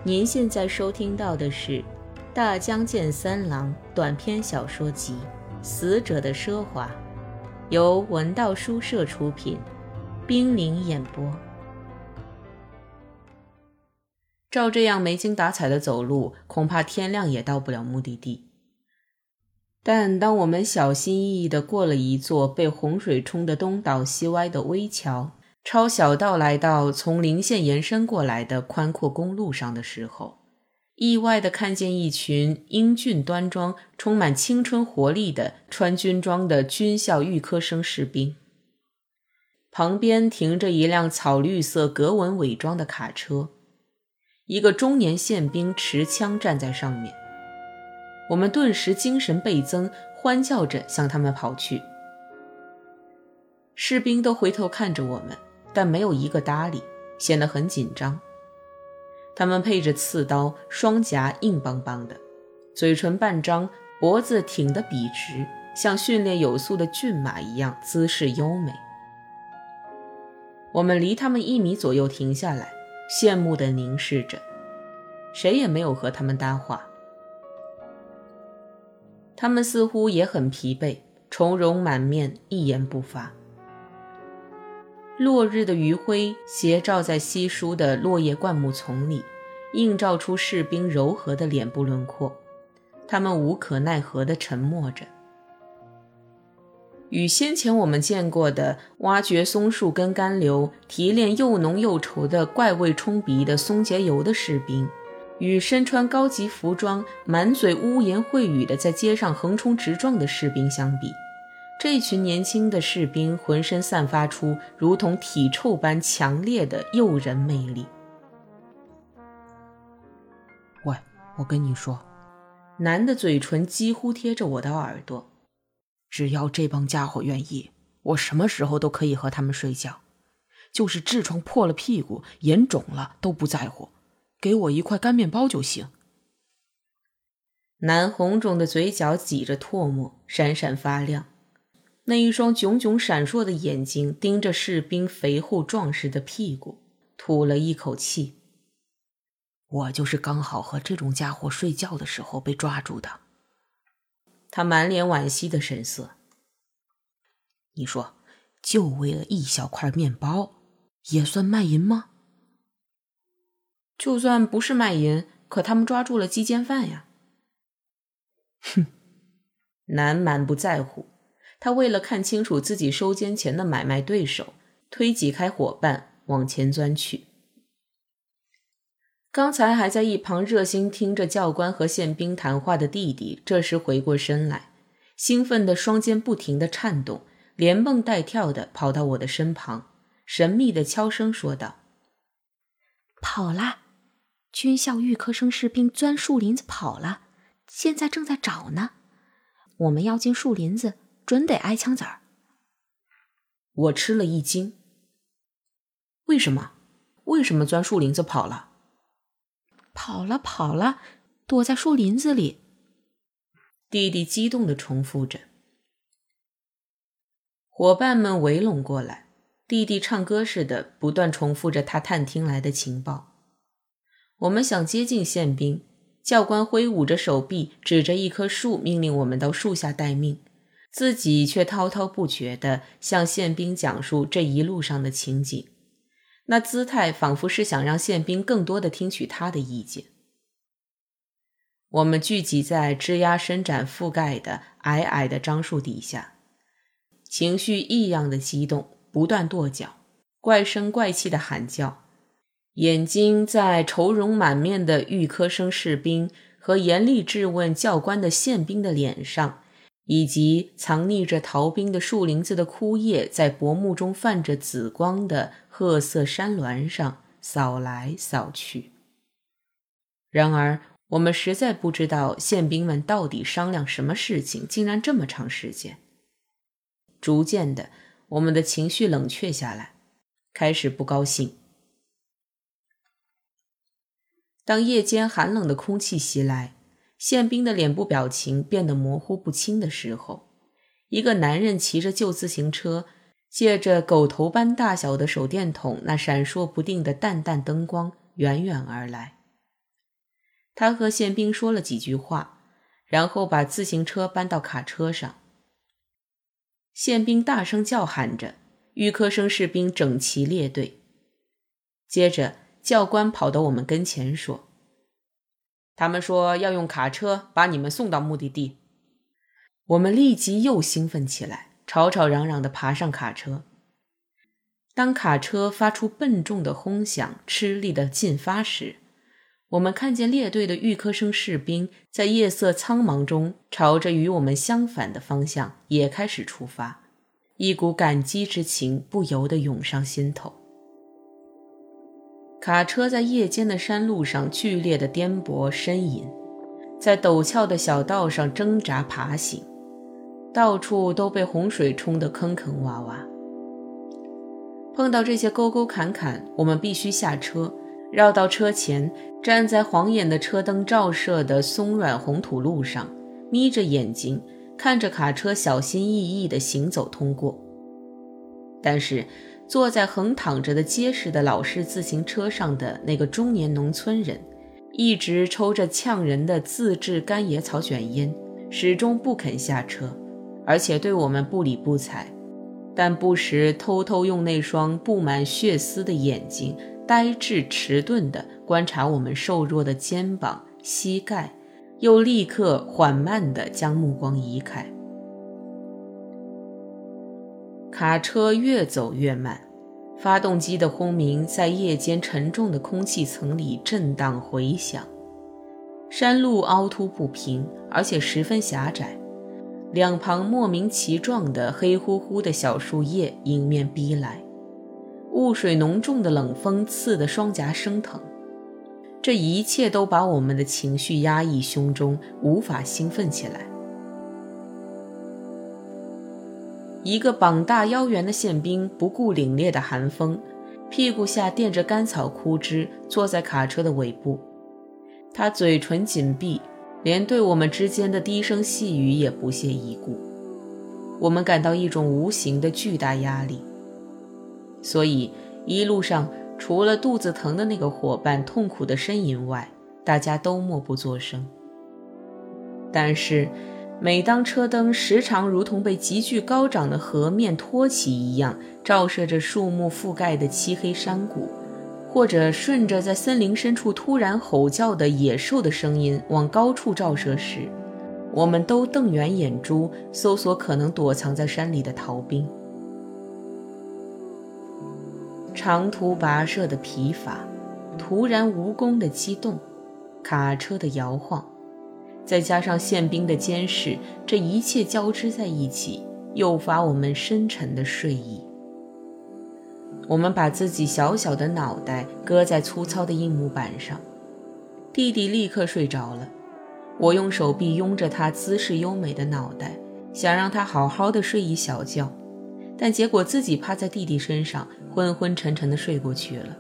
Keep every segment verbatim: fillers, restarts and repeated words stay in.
您现在收听到的是大江健三郎短篇小说集《死者的奢华》，由文道书社出品，冰凌演播。照这样没精打采的走路，恐怕天亮也到不了目的地。但当我们小心翼翼地过了一座被洪水冲得东倒西歪的危桥，抄小道来到从邻县延伸过来的宽阔公路上的时候，意外地看见一群英俊端庄、充满青春活力的穿军装的军校预科生士兵。旁边停着一辆草绿色格纹伪装的卡车，一个中年宪兵持枪站在上面。我们顿时精神倍增，欢叫着向他们跑去。士兵都回头看着我们，但没有一个搭理，显得很紧张。他们配着刺刀，双颊硬邦邦的，嘴唇半张，脖子挺得笔直，像训练有素的骏马一样，姿势优美。我们离他们一米左右停下来，羡慕地凝视着，谁也没有和他们搭话。他们似乎也很疲惫，愁容满面，一言不发。落日的余晖斜照在稀疏的落叶灌木丛里，映照出士兵柔和的脸部轮廓。他们无可奈何地沉默着。与先前我们见过的挖掘松树根干流、提炼又浓又稠的怪味冲鼻的松节油的士兵，与身穿高级服装、满嘴污言秽语的在街上横冲直撞的士兵相比，这群年轻的士兵浑身散发出如同体臭般强烈的诱人魅力。 喂，我跟你说， 男的嘴唇几乎贴着我的耳朵， 只要这帮家伙愿意，我什么时候都可以和他们睡觉，就是痔疮破了屁股，眼肿了都不在乎，给我一块干面包就行。 男红肿的嘴角挤着唾沫，闪闪发亮，那一双炯炯闪烁的眼睛盯着士兵肥厚壮实的屁股，吐了一口气。 我就是刚好和这种家伙睡觉的时候被抓住的。 他满脸惋惜的神色。 你说，就为了一小块面包，也算卖淫吗？ 就算不是卖淫，可他们抓住了鸡奸犯呀。 哼， 男满不在乎，他为了看清楚自己收监前的买卖对手，推挤开伙伴往前钻去。刚才还在一旁热心听着教官和宪兵谈话的弟弟，这时回过身来，兴奋的双肩不停地颤动，连蹦带跳地跑到我的身旁，神秘地悄声说道： 跑了，军校预科生士兵钻树林子跑了，现在正在找呢。我们要进树林子，准得挨枪子儿。 我吃了一惊。为什么？为什么钻树林子跑了？ 跑了跑了，躲在树林子里。 弟弟激动地重复着。伙伴们围拢过来，弟弟唱歌似的不断重复着他探听来的情报。我们想接近宪兵，教官挥舞着手臂，指着一棵树，命令我们到树下待命，自己却滔滔不绝地向宪兵讲述这一路上的情景，那姿态仿佛是想让宪兵更多地听取他的意见。我们聚集在枝桠伸展覆盖的矮矮的樟树底下，情绪异样的激动，不断跺脚，怪声怪气的喊叫，眼睛在愁容满面的预科生士兵和严厉质问教官的宪兵的脸上，以及藏匿着逃兵的树林子的枯叶在薄暮中泛着紫光的褐色山峦上扫来扫去。然而我们实在不知道宪兵们到底商量什么事情，竟然这么长时间。逐渐的，我们的情绪冷却下来，开始不高兴。当夜间寒冷的空气袭来，宪兵的脸部表情变得模糊不清的时候，一个男人骑着旧自行车，借着狗头般大小的手电筒那闪烁不定的淡淡灯光，远远而来。 他和宪兵说了几句话，然后把自行车搬到卡车上。宪兵大声叫喊着，预科生士兵整齐列队。接着教官跑到我们跟前说，他们说要用卡车把你们送到目的地。我们立即又兴奋起来，吵吵嚷嚷地爬上卡车。当卡车发出笨重的轰响，吃力地进发时，我们看见列队的预科生士兵在夜色苍茫中朝着与我们相反的方向也开始出发，一股感激之情不由得涌上心头。卡车在夜间的山路上剧烈地颠簸呻吟，在陡峭的小道上挣扎爬行，到处都被洪水冲得坑坑洼洼。碰到这些沟沟坎坎，我们必须下车，绕到车前，站在晃眼的车灯照射的松软红土路上，眯着眼睛看着卡车小心翼翼地行走通过。但是坐在横躺着的结实的老式自行车上的那个中年农村人，一直抽着呛人的自制干野草卷烟，始终不肯下车，而且对我们不理不睬，但不时偷偷用那双布满血丝的眼睛呆滞迟钝地观察我们瘦弱的肩膀、膝盖，又立刻缓慢地将目光移开。卡车越走越慢，发动机的轰鸣在夜间沉重的空气层里震荡回响。山路凹凸不平，而且十分狭窄，两旁莫名其状的黑乎乎的小树叶迎面逼来，雾水浓重的冷风刺得双颊生疼。这一切都把我们的情绪压抑胸中，无法兴奋起来。一个膀大腰圆的宪兵不顾凛冽的寒风，屁股下垫着干草枯枝，坐在卡车的尾部。他嘴唇紧闭，连对我们之间的低声细语也不屑一顾。我们感到一种无形的巨大压力，所以一路上除了肚子疼的那个伙伴痛苦的呻吟外，大家都默不作声。但是每当车灯时常如同被急剧高涨的河面托起一样照射着树木覆盖的漆黑山谷，或者顺着在森林深处突然吼叫的野兽的声音往高处照射时，我们都瞪圆眼珠，搜索可能躲藏在山里的逃兵。长途跋涉的疲乏，突然无功的激动，卡车的摇晃，再加上宪兵的监视，这一切交织在一起，诱发我们深沉的睡意。我们把自己小小的脑袋搁在粗糙的硬木板上，弟弟立刻睡着了。我用手臂拥着他姿势优美的脑袋，想让他好好的睡一小觉，但结果自己趴在弟弟身上，昏昏沉沉地睡过去了。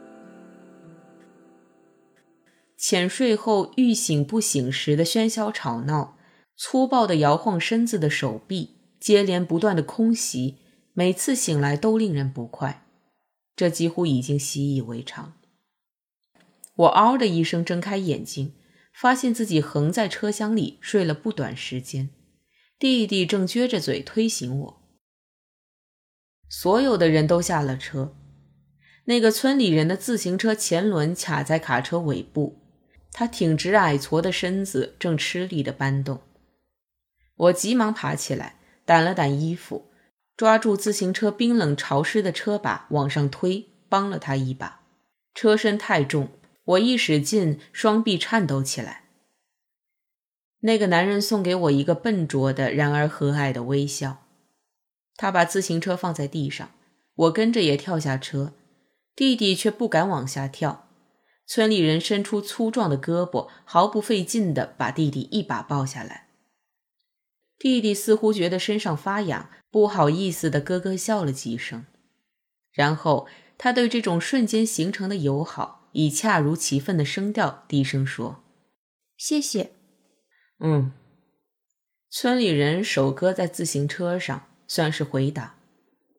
浅睡后欲醒不醒时的喧嚣吵闹，粗暴地摇晃身子的手臂，接连不断的空袭，每次醒来都令人不快，这几乎已经习以为常。我嗷的一声睁开眼睛，发现自己横在车厢里睡了不短时间，弟弟正撅着嘴推醒我。所有的人都下了车，那个村里人的自行车前轮卡在卡车尾部，他挺直矮矬的身子正吃力地搬动。我急忙爬起来，掸了掸衣服，抓住自行车冰冷潮湿的车把往上推，帮了他一把。车身太重，我一使劲，双臂颤抖起来。那个男人送给我一个笨拙的然而和蔼的微笑。他把自行车放在地上，我跟着也跳下车，弟弟却不敢往下跳。村里人伸出粗壮的胳膊，毫不费劲地把弟弟一把抱下来。弟弟似乎觉得身上发痒，不好意思地咯咯笑了几声，然后他对这种瞬间形成的友好以恰如其分的声调低声说：谢谢。嗯。村里人手搁在自行车上，算是回答。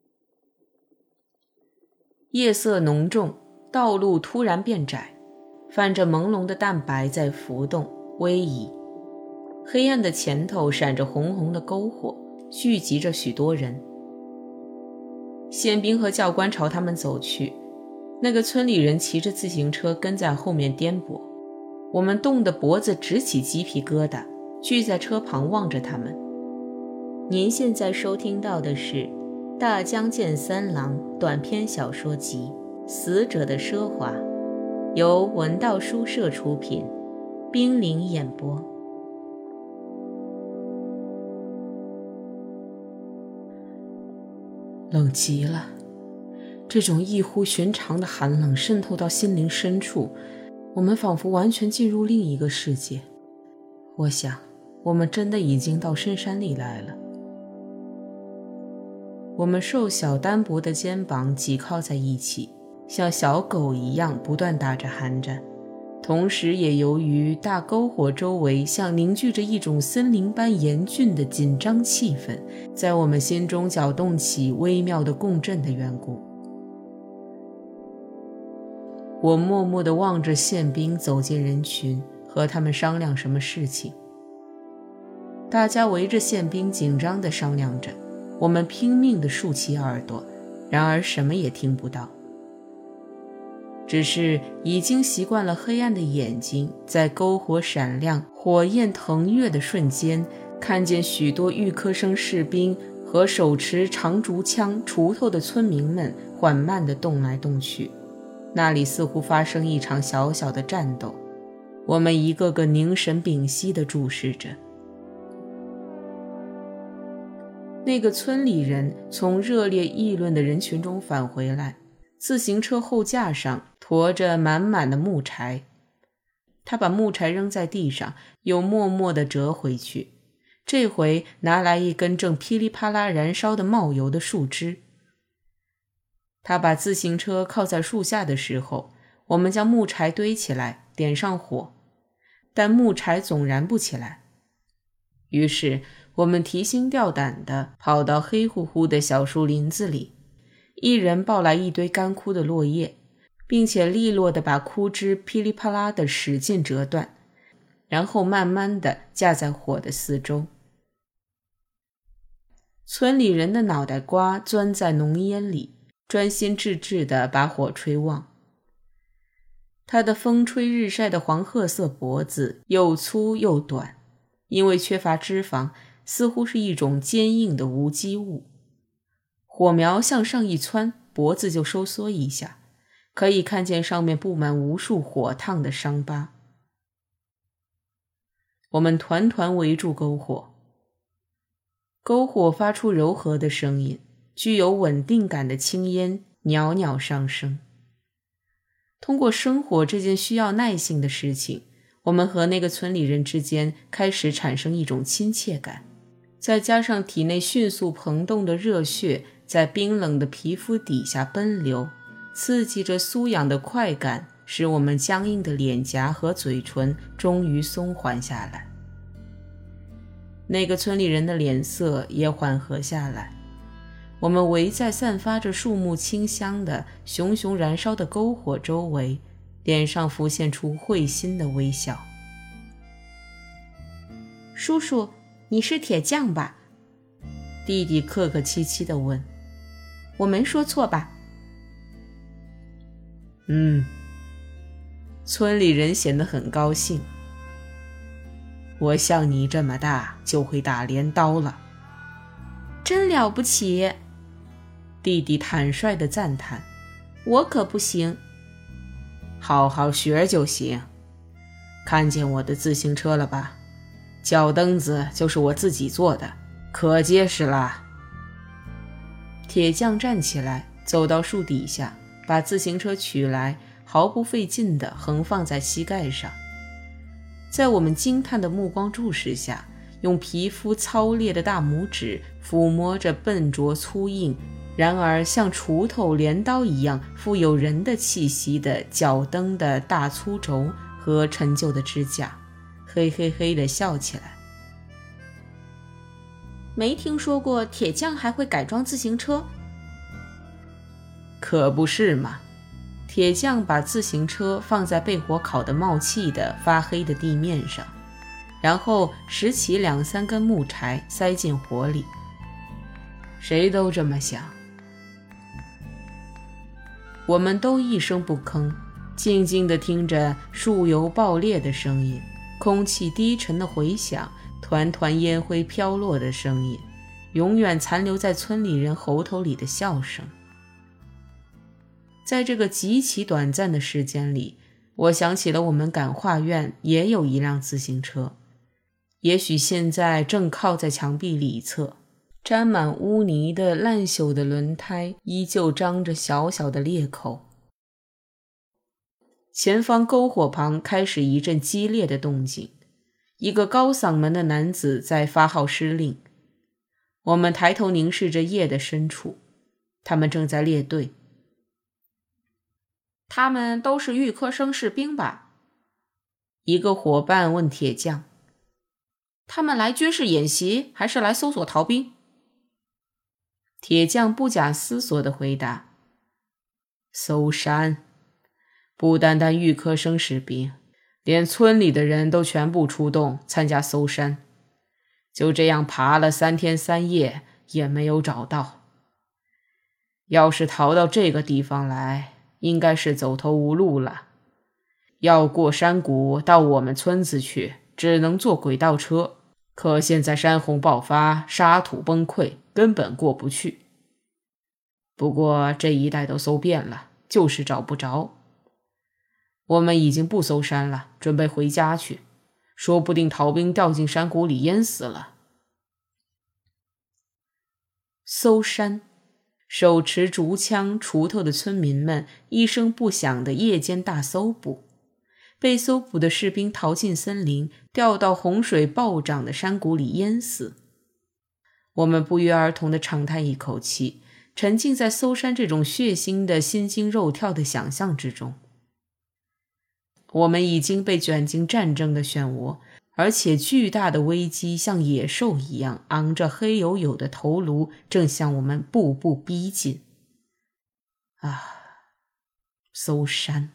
夜色浓重，道路突然变窄， 泛着朦胧的蛋白在浮动微移。黑暗的前头闪着红红的篝火，聚集着许多人。宪兵和教官朝他们走去，那个村里人骑着自行车跟在后面颠簸。我们冻得脖子直起鸡皮疙瘩，聚在车旁望着他们。您现在收听到的是大江健三郎短篇小说集《死者的奢华》，由文道书社出品，冰凌演播。 冷极了，这种异乎寻常的寒冷渗透到心灵深处，我们仿佛完全进入另一个世界。我想，我们真的已经到深山里来了。我们瘦小单薄的肩膀挤靠在一起，像小狗一样不断打着寒战，同时也由于大篝火周围像凝聚着一种森林般严峻的紧张气氛，在我们心中搅动起微妙的共振的缘故。我默默地望着宪兵走进人群，和他们商量什么事情。大家围着宪兵紧张地商量着，我们拼命地竖起耳朵，然而什么也听不到。只是已经习惯了黑暗的眼睛，在篝火闪亮、火焰腾跃的瞬间，看见许多预科生士兵和手持长竹枪、锄头的村民们缓慢地动来动去。那里似乎发生一场小小的战斗，我们一个个凝神屏息地注视着。那个村里人从热烈议论的人群中返回来，自行车后架上驮着满满的木柴。他把木柴扔在地上，又默默地折回去，这回拿来一根正噼里啪啦燃烧的冒油的树枝。他把自行车靠在树下的时候，我们将木柴堆起来，点上火，但木柴总燃不起来。于是我们提心吊胆地跑到黑乎乎的小树林子里，一人抱来一堆干枯的落叶，并且利落地把枯枝噼里啪啦地使劲折断，然后慢慢地架在火的四周。村里人的脑袋瓜钻在浓烟里，专心致志地把火吹旺。他的风吹日晒的黄褐色脖子又粗又短，因为缺乏脂肪，似乎是一种坚硬的无机物。火苗向上一窜，脖子就收缩一下，可以看见上面布满无数火烫的伤疤。我们团团围住篝火，篝火发出柔和的声音，具有稳定感的青烟袅袅上升。通过生火这件需要耐性的事情，我们和那个村里人之间开始产生一种亲切感，再加上体内迅速膨动的热血在冰冷的皮肤底下奔流，刺激着酥痒的快感，使我们僵硬的脸颊和嘴唇终于松缓下来。那个村里人的脸色也缓和下来，我们围在散发着树木清香的熊熊燃烧的篝火周围，脸上浮现出会心的微笑。 叔叔，你是铁匠吧？ 弟弟客客气气地问。 我没说错吧？ 嗯。村里人显得很高兴。我像你这么大就会打镰刀了。 真了不起， 弟弟坦率地赞叹。 我可不行。 好好学就行。看见我的自行车了吧？脚蹬子就是我自己做的，可结实啦。铁匠站起来，走到树底下，把自行车取来，毫不费劲地横放在膝盖上。在我们惊叹的目光注视下，用皮肤糙裂的大拇指抚摸着笨拙粗硬，然而像锄头镰刀一样富有人的气息的脚蹬的大粗轴和陈旧的支架，嘿嘿嘿地笑起来。 没听说过铁匠还会改装自行车。 可不是嘛， 铁匠把自行车放在被火烤得冒气的发黑的地面上，然后拾起两三根木柴塞进火里。谁都这么想。我们都一声不吭，静静地听着树油爆裂的声音，空气低沉的回响，团团烟灰飘落的声音，永远残留在村里人喉头里的笑声。在这个极其短暂的时间里，我想起了我们感化院也有一辆自行车，也许现在正靠在墙壁里侧，沾满污泥的烂朽的轮胎依旧张着小小的裂口。前方篝火旁开始一阵激烈的动静，一个高嗓门的男子在发号施令。我们抬头凝视着夜的深处，他们正在列队。他们都是预科生士兵吧？一个伙伴问铁匠。他们来军事演习，还是来搜索逃兵？铁匠不假思索地回答：搜山。不单单预科生士兵，连村里的人都全部出动参加搜山。就这样爬了三天三夜，也没有找到。要是逃到这个地方来，应该是走投无路了。要过山谷到我们村子去，只能坐轨道车，可现在山洪爆发，沙土崩溃，根本过不去。不过这一带都搜遍了，就是找不着。我们已经不搜山了，准备回家去，说不定逃兵掉进山谷里淹死了。搜山，手持竹枪锄头的村民们一声不响的夜间大搜捕，被搜捕的士兵逃进森林，掉到洪水暴涨的山谷里淹死。我们不约而同地长叹一口气，沉浸在搜山这种血腥的心惊肉跳的想象之中。我们已经被卷进战争的漩涡，而且巨大的危机像野兽一样昂着黑黝黝的头颅，正向我们步步逼近。啊，搜山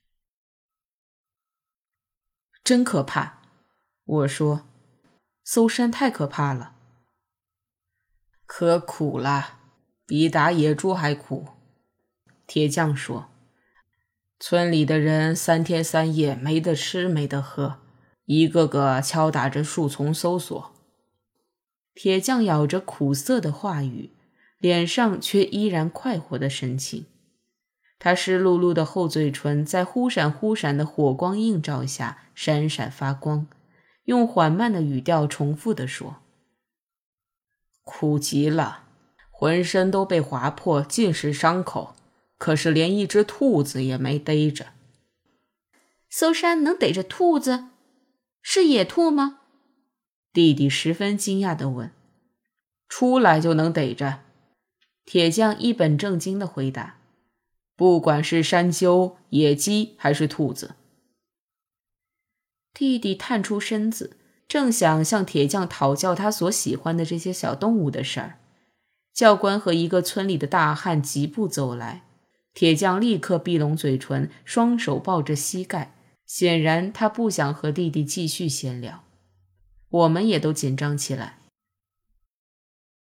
真可怕，我说，搜山太可怕了。可苦了，比打野猪还苦。铁匠说，村里的人三天三夜没得吃没得喝，一个个敲打着树丛搜索。铁匠咬着苦涩的话语，脸上却依然快活的神情。他湿漉漉的厚嘴唇在忽闪忽闪的火光映照下闪闪发光，用缓慢的语调重复地说，苦极了，浑身都被划破，尽是伤口，可是连一只兔子也没逮着。 搜山能逮着兔子？是野兔吗？ 弟弟十分惊讶地问。出来就能逮着。铁匠一本正经地回答，不管是山鸠、野鸡还是兔子。弟弟探出身子，正想向铁匠讨教他所喜欢的这些小动物的事儿，教官和一个村里的大汉疾步走来。铁匠立刻闭拢嘴唇，双手抱着膝盖，显然他不想和弟弟继续闲聊。我们也都紧张起来。